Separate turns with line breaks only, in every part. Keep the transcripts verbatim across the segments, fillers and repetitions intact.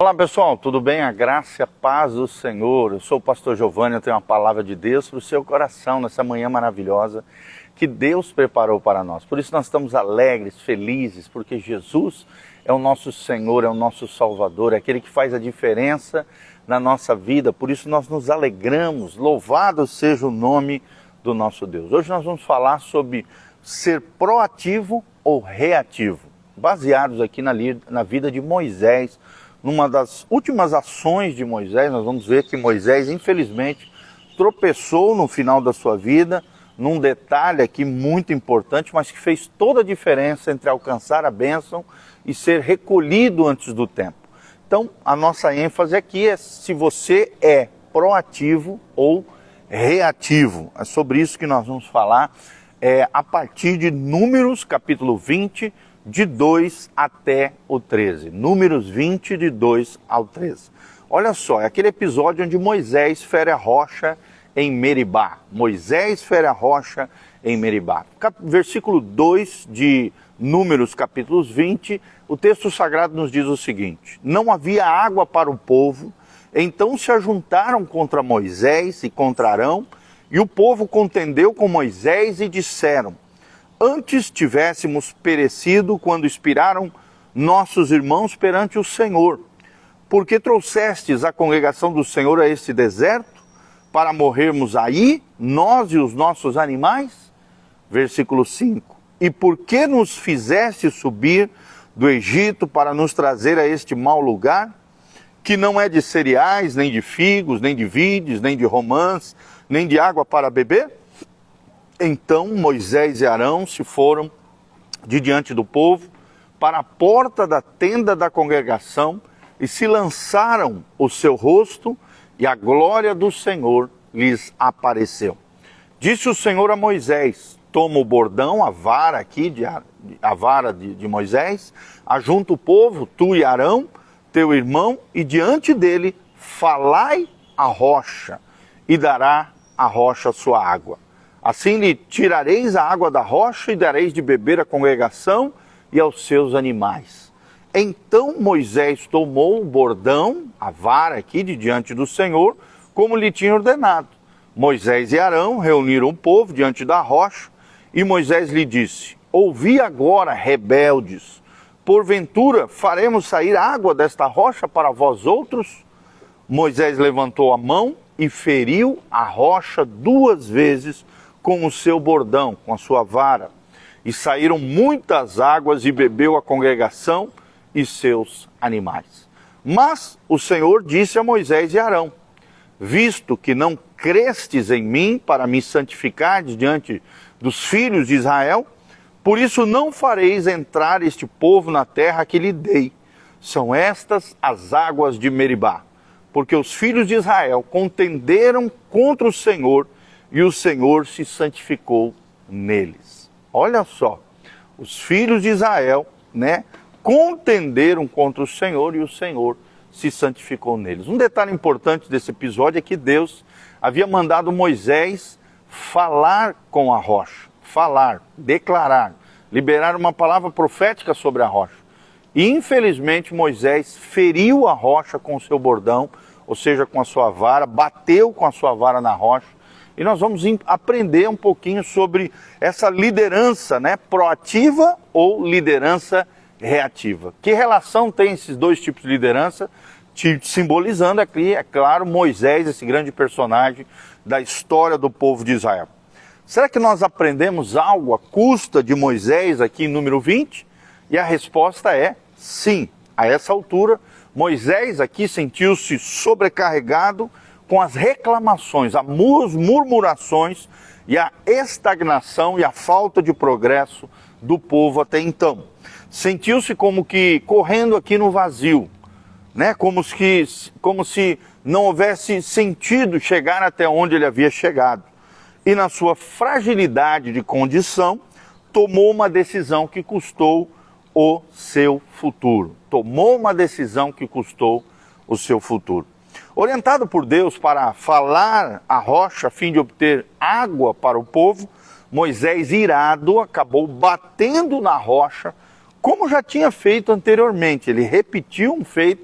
Olá pessoal, tudo bem? A graça e a paz do Senhor. Eu sou o pastor Giovanni, eu tenho uma palavra de Deus para o seu coração nessa manhã maravilhosa que Deus preparou para nós. Por isso nós estamos alegres, felizes, porque Jesus é o nosso Senhor, é o nosso Salvador, é aquele que faz a diferença na nossa vida. Por isso nós nos alegramos, louvado seja o nome do nosso Deus. Hoje nós vamos falar sobre ser proativo ou reativo, baseados aqui na, na vida de Moisés. Numa das últimas ações de Moisés, nós vamos ver que Moisés, infelizmente, tropeçou no final da sua vida, num detalhe aqui muito importante, mas que fez toda a diferença entre alcançar a bênção e ser recolhido antes do tempo. Então, a nossa ênfase aqui é se você é proativo ou reativo. É sobre isso que nós vamos falar é, a partir de Números, capítulo vinte, de dois até o treze. Números vinte, de dois ao treze. Olha só, é aquele episódio onde Moisés fere a rocha em Meribá. Moisés fere a rocha em Meribá. Versículo dois de Números, capítulos vinte, o texto sagrado nos diz o seguinte: não havia água para o povo, então se ajuntaram contra Moisés e contra Arão, e o povo contendeu com Moisés e disseram: antes tivéssemos perecido quando expiraram nossos irmãos perante o Senhor, porque trouxestes a congregação do Senhor a este deserto, para morrermos aí, nós e os nossos animais? Versículo cinco. E por que nos fizeste subir do Egito para nos trazer a este mau lugar, que não é de cereais, nem de figos, nem de vides, nem de romãs, nem de água para beber? Então Moisés e Arão se foram de diante do povo para a porta da tenda da congregação e se lançaram o seu rosto, e a glória do Senhor lhes apareceu. Disse o Senhor a Moisés: toma o bordão, a vara aqui, de, a vara de, de Moisés, ajunta o povo, tu e Arão, teu irmão, e diante dele falai a rocha, e dará a rocha sua água. Assim lhe tirareis a água da rocha e dareis de beber à congregação e aos seus animais. Então Moisés tomou o bordão, a vara aqui, de diante do Senhor, como lhe tinha ordenado. Moisés e Arão reuniram o povo diante da rocha, e Moisés lhe disse: ouvi agora, rebeldes, porventura faremos sair água desta rocha para vós outros? Moisés levantou a mão e feriu a rocha duas vezes com o seu bordão, com a sua vara, e saíram muitas águas, e bebeu a congregação e seus animais. Mas o Senhor disse a Moisés e Arão: visto que não crestes em mim para me santificar diante dos filhos de Israel, por isso não fareis entrar este povo na terra que lhe dei. São estas as águas de Meribá, porque os filhos de Israel contenderam contra o Senhor, e o Senhor se santificou neles. Olha só, os filhos de Israel, né, contenderam contra o Senhor e o Senhor se santificou neles. Um detalhe importante desse episódio é que Deus havia mandado Moisés falar com a rocha, falar, declarar, liberar uma palavra profética sobre a rocha. E infelizmente Moisés feriu a rocha com o seu bordão, ou seja, com a sua vara, bateu com a sua vara na rocha. E nós vamos aprender um pouquinho sobre essa liderança, né, proativa ou liderança reativa. Que relação tem esses dois tipos de liderança? Simbolizando aqui, é claro, Moisés, esse grande personagem da história do povo de Israel. Será que nós aprendemos algo à custa de Moisés aqui em número vinte? E a resposta é sim. A essa altura, Moisés aqui sentiu-se sobrecarregado com as reclamações, as murmurações e a estagnação e a falta de progresso do povo até então. Sentiu-se como que correndo aqui no vazio, né? como, se, como se não houvesse sentido chegar até onde ele havia chegado. E na sua fragilidade de condição, tomou uma decisão que custou o seu futuro. Tomou uma decisão que custou o seu futuro. Orientado por Deus para falar a rocha a fim de obter água para o povo, Moisés, irado, acabou batendo na rocha, como já tinha feito anteriormente. Ele repetiu um feito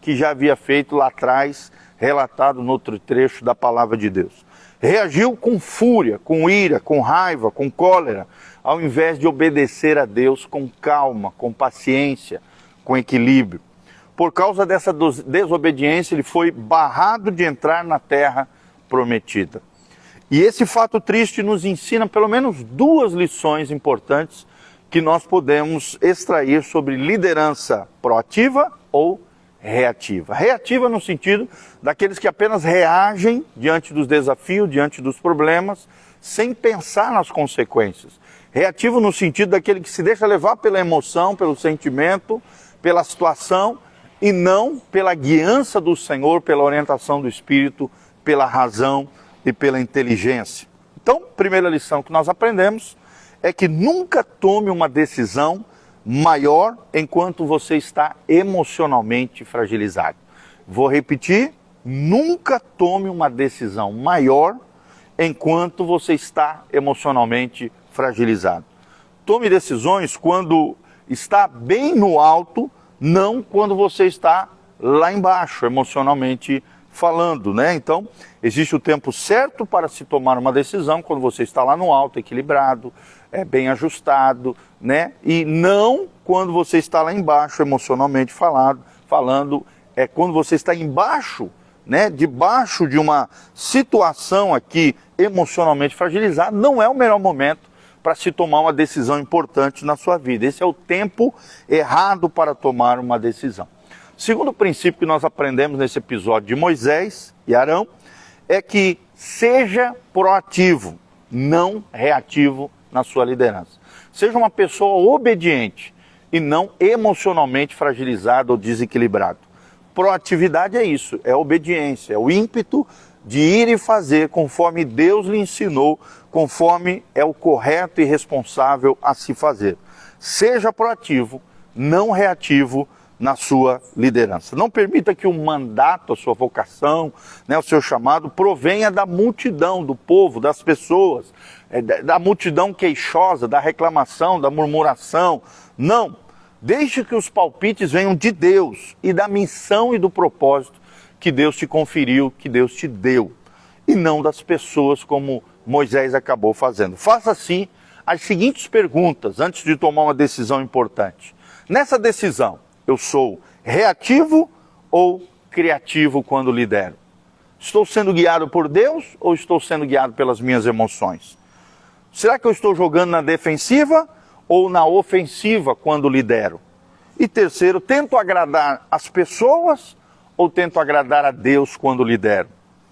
que já havia feito lá atrás, relatado no outro trecho da palavra de Deus. Reagiu com fúria, com ira, com raiva, com cólera, ao invés de obedecer a Deus com calma, com paciência, com equilíbrio. Por causa dessa desobediência, ele foi barrado de entrar na terra prometida. E esse fato triste nos ensina pelo menos duas lições importantes que nós podemos extrair sobre liderança proativa ou reativa. Reativa no sentido daqueles que apenas reagem diante dos desafios, diante dos problemas, sem pensar nas consequências. Reativo no sentido daquele que se deixa levar pela emoção, pelo sentimento, pela situação e não pela guiança do Senhor, pela orientação do Espírito, pela razão e pela inteligência. Então, primeira lição que nós aprendemos é que nunca tome uma decisão maior enquanto você está emocionalmente fragilizado. Vou repetir, nunca tome uma decisão maior enquanto você está emocionalmente fragilizado. Tome decisões quando está bem no alto, não quando você está lá embaixo, emocionalmente falando, né? Então, existe o tempo certo para se tomar uma decisão quando você está lá no alto, equilibrado, é, bem ajustado, né? E não quando você está lá embaixo, emocionalmente falado, falando, é quando você está embaixo, né? Debaixo de uma situação aqui emocionalmente fragilizada, não é o melhor momento para se tomar uma decisão importante na sua vida. Esse é o tempo errado para tomar uma decisão. Segundo princípio que nós aprendemos nesse episódio de Moisés e Arão é que seja proativo, não reativo na sua liderança. Seja uma pessoa obediente e não emocionalmente fragilizado ou desequilibrado. Proatividade é isso, é obediência, é o ímpeto de ir e fazer conforme Deus lhe ensinou, conforme é o correto e responsável a se fazer. Seja proativo, não reativo na sua liderança. Não permita que o mandato, a sua vocação, né, o seu chamado, provenha da multidão, do povo, das pessoas, é, da multidão queixosa, da reclamação, da murmuração. Não. Deixe que os palpites venham de Deus e da missão e do propósito que Deus te conferiu, que Deus te deu, e não das pessoas como Moisés acabou fazendo. Faça assim as seguintes perguntas antes de tomar uma decisão importante. Nessa decisão, eu sou reativo ou criativo quando lidero? Estou sendo guiado por Deus ou estou sendo guiado pelas minhas emoções? Será que eu estou jogando na defensiva ou na ofensiva quando lidero? E terceiro, tento agradar as pessoas ou tento agradar a Deus quando lidero?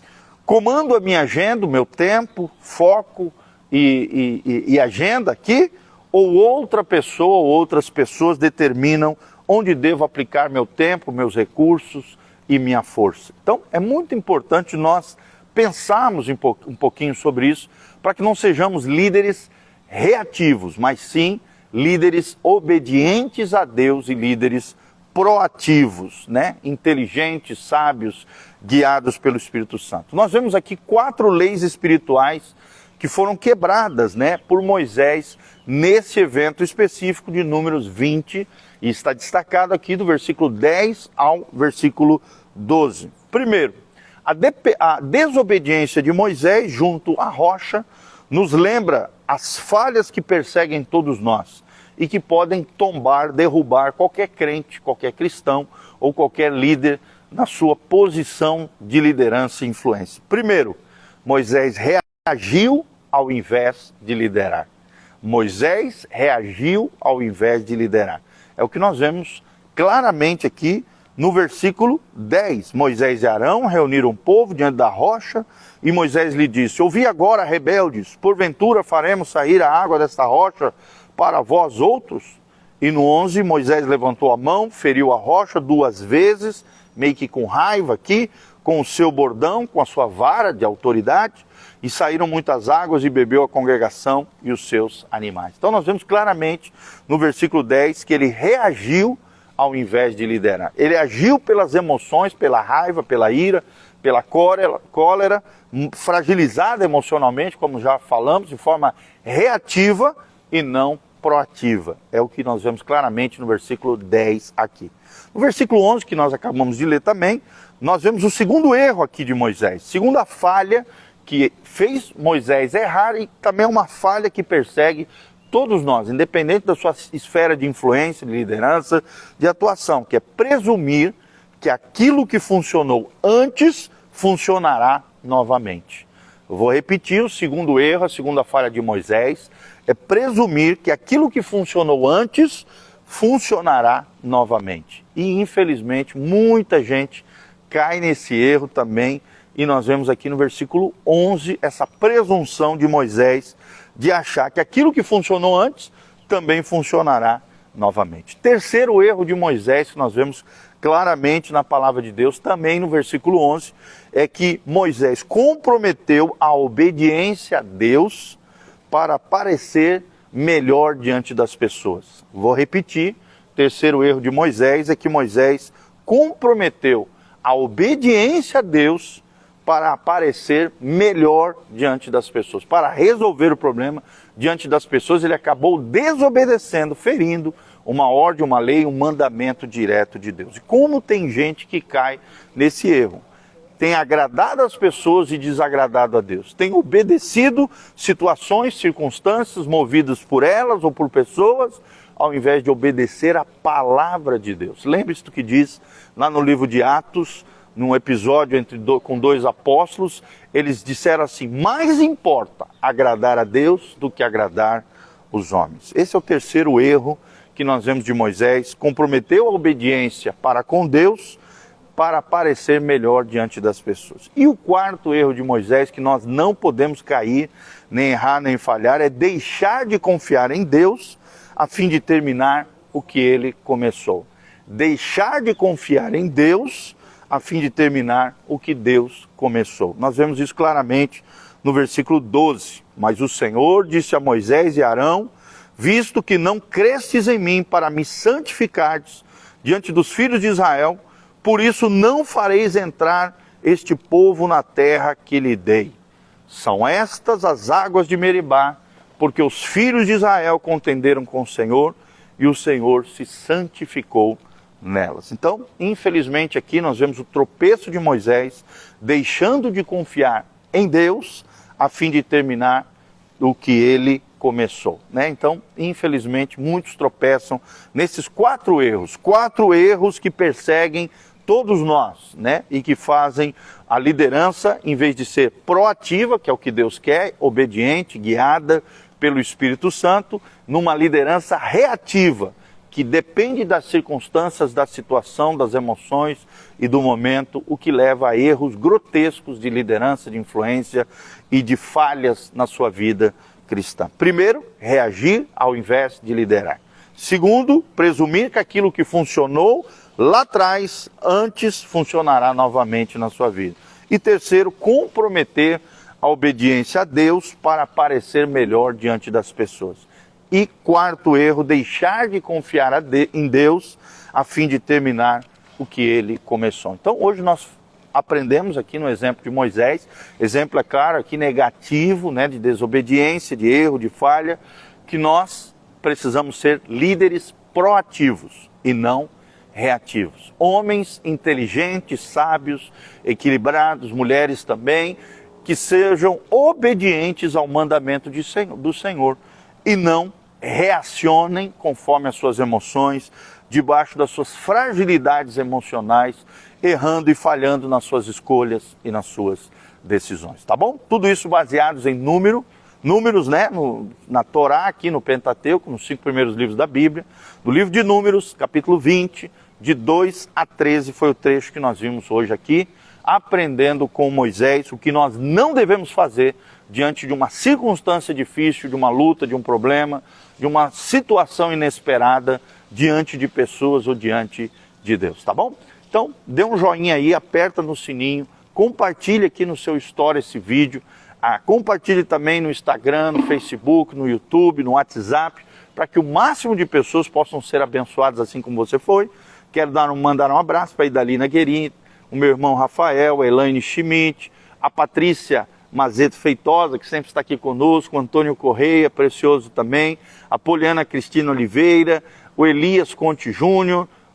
Comando a minha agenda, o meu tempo, foco e, e, e agenda aqui, ou outra pessoa ou outras pessoas determinam onde devo aplicar meu tempo, meus recursos e minha força? Então, é muito importante nós pensarmos um pouquinho sobre isso, para que não sejamos líderes reativos, mas sim líderes obedientes a Deus e líderes proativos, né? Inteligentes, sábios, guiados pelo Espírito Santo. Nós vemos aqui quatro leis espirituais que foram quebradas, né, por Moisés nesse evento específico de Números vinte, e está destacado aqui do versículo dez ao versículo doze. Primeiro, a, de a desobediência de Moisés junto à rocha nos lembra as falhas que perseguem todos nós e que podem tombar, derrubar qualquer crente, qualquer cristão ou qualquer líder na sua posição de liderança e influência. Primeiro, Moisés reagiu ao invés de liderar. Moisés reagiu ao invés de liderar. É o que nós vemos claramente aqui no versículo dez. Moisés e Arão reuniram o povo diante da rocha e Moisés lhe disse: ouvi agora, rebeldes, porventura faremos sair a água desta rocha para vós outros? E no onze, Moisés levantou a mão, feriu a rocha duas vezes, meio que com raiva aqui, com o seu bordão, com a sua vara de autoridade, e saíram muitas águas e bebeu a congregação e os seus animais. Então nós vemos claramente no versículo dez que ele reagiu ao invés de liderar. Ele agiu pelas emoções, pela raiva, pela ira, pela cólera, fragilizado emocionalmente, como já falamos, de forma reativa e não proativa. É o que nós vemos claramente no versículo dez aqui. No versículo onze, que nós acabamos de ler também, nós vemos o segundo erro aqui de Moisés, segunda falha que fez Moisés errar e também é uma falha que persegue todos nós, independente da sua esfera de influência, de liderança, de atuação, que é presumir que aquilo que funcionou antes funcionará novamente. Eu vou repetir, o segundo erro, a segunda falha de Moisés, é presumir que aquilo que funcionou antes funcionará novamente. E infelizmente muita gente cai nesse erro também, e nós vemos aqui no versículo onze essa presunção de Moisés de achar que aquilo que funcionou antes também funcionará novamente. Terceiro erro de Moisés, que nós vemos claramente na palavra de Deus, também no versículo onze, é que Moisés comprometeu a obediência a Deus para parecer melhor diante das pessoas. Vou repetir, terceiro erro de Moisés é que Moisés comprometeu a obediência a Deus para aparecer melhor diante das pessoas, para resolver o problema diante das pessoas. Ele acabou desobedecendo, ferindo uma ordem, uma lei, um mandamento direto de Deus. E como tem gente que cai nesse erro? Tem agradado as pessoas e desagradado a Deus. Tem obedecido situações, circunstâncias movidas por elas ou por pessoas, ao invés de obedecer a palavra de Deus. Lembre-se do que diz lá no livro de Atos, num episódio entre do, com dois apóstolos, eles disseram assim: mais importa agradar a Deus do que agradar os homens. Esse é o terceiro erro que nós vemos de Moisés. Comprometeu a obediência para com Deus, para parecer melhor diante das pessoas. E o quarto erro de Moisés, que nós não podemos cair, nem errar, nem falhar, é deixar de confiar em Deus a fim de terminar o que ele começou. Deixar de confiar em Deus a fim de terminar o que Deus começou. Nós vemos isso claramente no versículo doze. Mas o Senhor disse a Moisés e Arão: visto que não crestes em mim para me santificardes diante dos filhos de Israel, por isso não fareis entrar este povo na terra que lhe dei. São estas as águas de Meribá, porque os filhos de Israel contenderam com o Senhor e o Senhor se santificou nelas. Então, infelizmente aqui nós vemos o tropeço de Moisés, deixando de confiar em Deus a fim de terminar o que ele começou, né? Então, infelizmente, muitos tropeçam nesses quatro erros, quatro erros que perseguem todos nós, né? E que fazem a liderança, em vez de ser proativa, que é o que Deus quer, obediente, guiada pelo Espírito Santo, numa liderança reativa, que depende das circunstâncias, da situação, das emoções e do momento, o que leva a erros grotescos de liderança, de influência e de falhas na sua vida cristã. Primeiro, reagir ao invés de liderar. Segundo, presumir que aquilo que funcionou lá atrás, antes funcionará novamente na sua vida. E terceiro, comprometer a obediência a Deus para parecer melhor diante das pessoas. E quarto erro, deixar de confiar em Deus a fim de terminar o que ele começou. Então hoje nós aprendemos aqui no exemplo de Moisés, exemplo é claro aqui negativo, né, de desobediência, de erro, de falha, que nós precisamos ser líderes proativos e não reativos. Homens inteligentes, sábios, equilibrados, mulheres também, que sejam obedientes ao mandamento de, do Senhor e não reacionem conforme as suas emoções, debaixo das suas fragilidades emocionais, errando e falhando nas suas escolhas e nas suas decisões, tá bom? Tudo isso baseados em número, números, né, no, na Torá, aqui no Pentateuco, nos cinco primeiros livros da Bíblia, no livro de Números, capítulo vinte, de dois a treze, foi o trecho que nós vimos hoje aqui, aprendendo com Moisés o que nós não devemos fazer diante de uma circunstância difícil, de uma luta, de um problema, de uma situação inesperada, diante de pessoas ou diante de Deus, tá bom? Então, dê um joinha aí, aperta no sininho, compartilhe aqui no seu story esse vídeo, ah, compartilhe também no Instagram, no Facebook, no YouTube, no WhatsApp, para que o máximo de pessoas possam ser abençoadas assim como você foi. Quero dar um, mandar um abraço para a Idalina Guerin, o meu irmão Rafael, a Elaine Schmidt, a Patrícia Mazeto Feitosa, que sempre está aqui conosco, o Antônio Correia, precioso também, a Poliana Cristina Oliveira, o Elias Conte Júnior,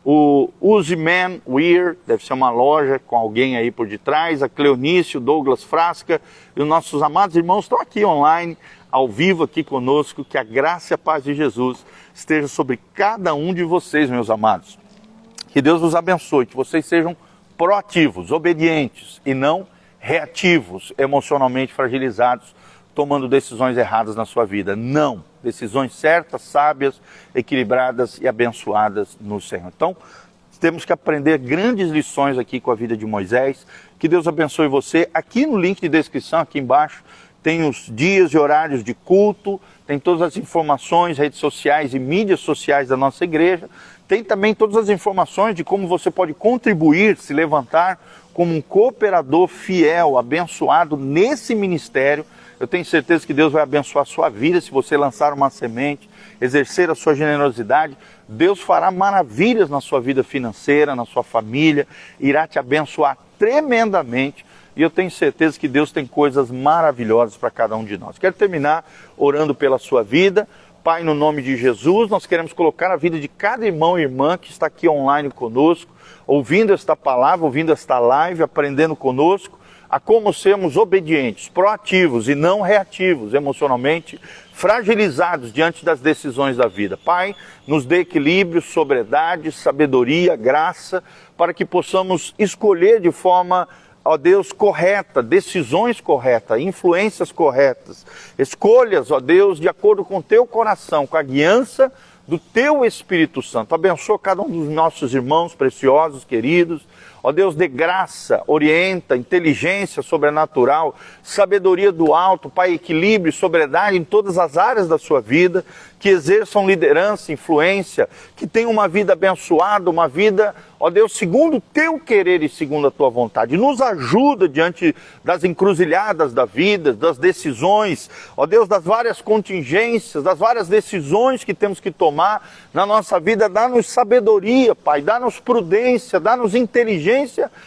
o Uzi Man Weir, deve ser uma loja com alguém aí por detrás, a Cleonice, o Douglas Frasca e os nossos amados irmãos estão aqui online, ao vivo aqui conosco. Que a graça e a paz de Jesus esteja sobre cada um de vocês, meus amados. Que Deus vos abençoe, que vocês sejam proativos, obedientes e não reativos, emocionalmente fragilizados, tomando decisões erradas na sua vida. Não, decisões certas, sábias, equilibradas e abençoadas no Senhor. Então, temos que aprender grandes lições aqui com a vida de Moisés. Que Deus abençoe você. Aqui no link de descrição, aqui embaixo, tem os dias e horários de culto, tem todas as informações, redes sociais e mídias sociais da nossa igreja. Tem também todas as informações de como você pode contribuir, se levantar como um cooperador fiel, abençoado nesse ministério. Eu tenho certeza que Deus vai abençoar a sua vida se você lançar uma semente, exercer a sua generosidade. Deus fará maravilhas na sua vida financeira, na sua família, irá te abençoar tremendamente. E eu tenho certeza que Deus tem coisas maravilhosas para cada um de nós. Quero terminar orando pela sua vida. Pai, no nome de Jesus, nós queremos colocar a vida de cada irmão e irmã que está aqui online conosco, ouvindo esta palavra, ouvindo esta live, aprendendo conosco, a como sermos obedientes, proativos e não reativos, emocionalmente fragilizados diante das decisões da vida. Pai, nos dê equilíbrio, sobriedade, sabedoria, graça, para que possamos escolher de forma, ó Deus, correta, decisões corretas, influências corretas, escolhas, ó Deus, de acordo com o teu coração, com a guiança do teu Espírito Santo. Abençoa cada um dos nossos irmãos preciosos, queridos. Ó Deus, dê graça, orienta, inteligência sobrenatural, sabedoria do alto, Pai, equilíbrio, sobriedade em todas as áreas da sua vida, que exerçam liderança, influência, que tenham uma vida abençoada, uma vida, ó Deus, segundo o teu querer e segundo a tua vontade. Nos ajuda diante das encruzilhadas da vida, das decisões, ó Deus, das várias contingências, das várias decisões que temos que tomar na nossa vida. Dá-nos sabedoria, Pai, dá-nos prudência, dá-nos inteligência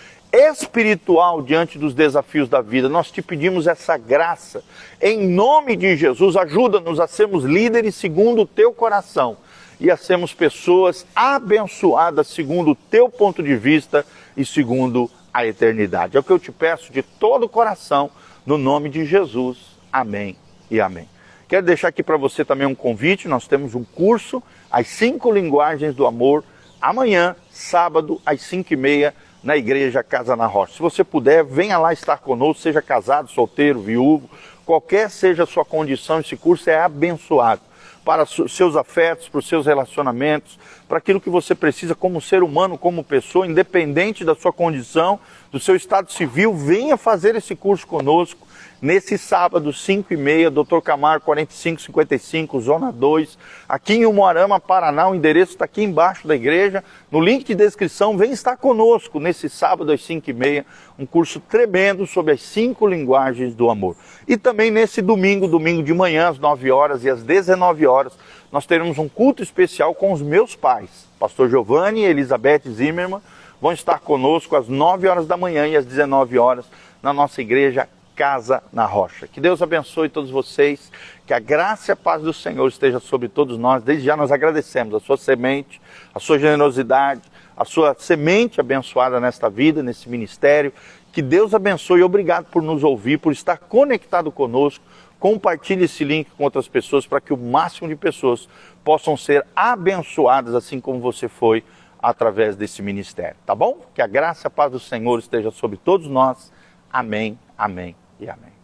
espiritual diante dos desafios da vida. Nós te pedimos essa graça. Em nome de Jesus, ajuda-nos a sermos líderes segundo o teu coração e a sermos pessoas abençoadas segundo o teu ponto de vista e segundo a eternidade. É o que eu te peço de todo o coração, no nome de Jesus. Amém e amém. Quero deixar aqui para você também um convite. Nós temos um curso, As Cinco Linguagens do Amor, amanhã, sábado, às cinco e meia, na igreja Casa na Rocha. Se você puder, venha lá estar conosco, seja casado, solteiro, viúvo, qualquer seja a sua condição, esse curso é abençoado para os seus afetos, para os seus relacionamentos, para aquilo que você precisa como ser humano, como pessoa, independente da sua condição, do seu estado civil. Venha fazer esse curso conosco nesse sábado, cinco e meia, doutor Camargo, quarenta e cinco cinquenta e cinco, Zona dois, aqui em Umuarama, Paraná. O endereço está aqui embaixo da igreja, no link de descrição. Vem estar conosco nesse sábado às cinco e meia, um curso tremendo sobre as cinco linguagens do amor. E também nesse domingo, domingo de manhã, às nove horas e às dezenove horas, nós teremos um culto especial com os meus pais, pastor Giovanni e Elizabeth Zimmermann, vão estar conosco às nove horas da manhã e às dezenove horas na nossa igreja Casa na Rocha. Que Deus abençoe todos vocês, que a graça e a paz do Senhor esteja sobre todos nós. Desde já nós agradecemos a sua semente, a sua generosidade, a sua semente abençoada nesta vida, nesse ministério. Que Deus abençoe e obrigado por nos ouvir, por estar conectado conosco. Compartilhe esse link com outras pessoas para que o máximo de pessoas possam ser abençoadas assim como você foi através desse ministério, tá bom? Que a graça e a paz do Senhor esteja sobre todos nós. Amém, amém e amém.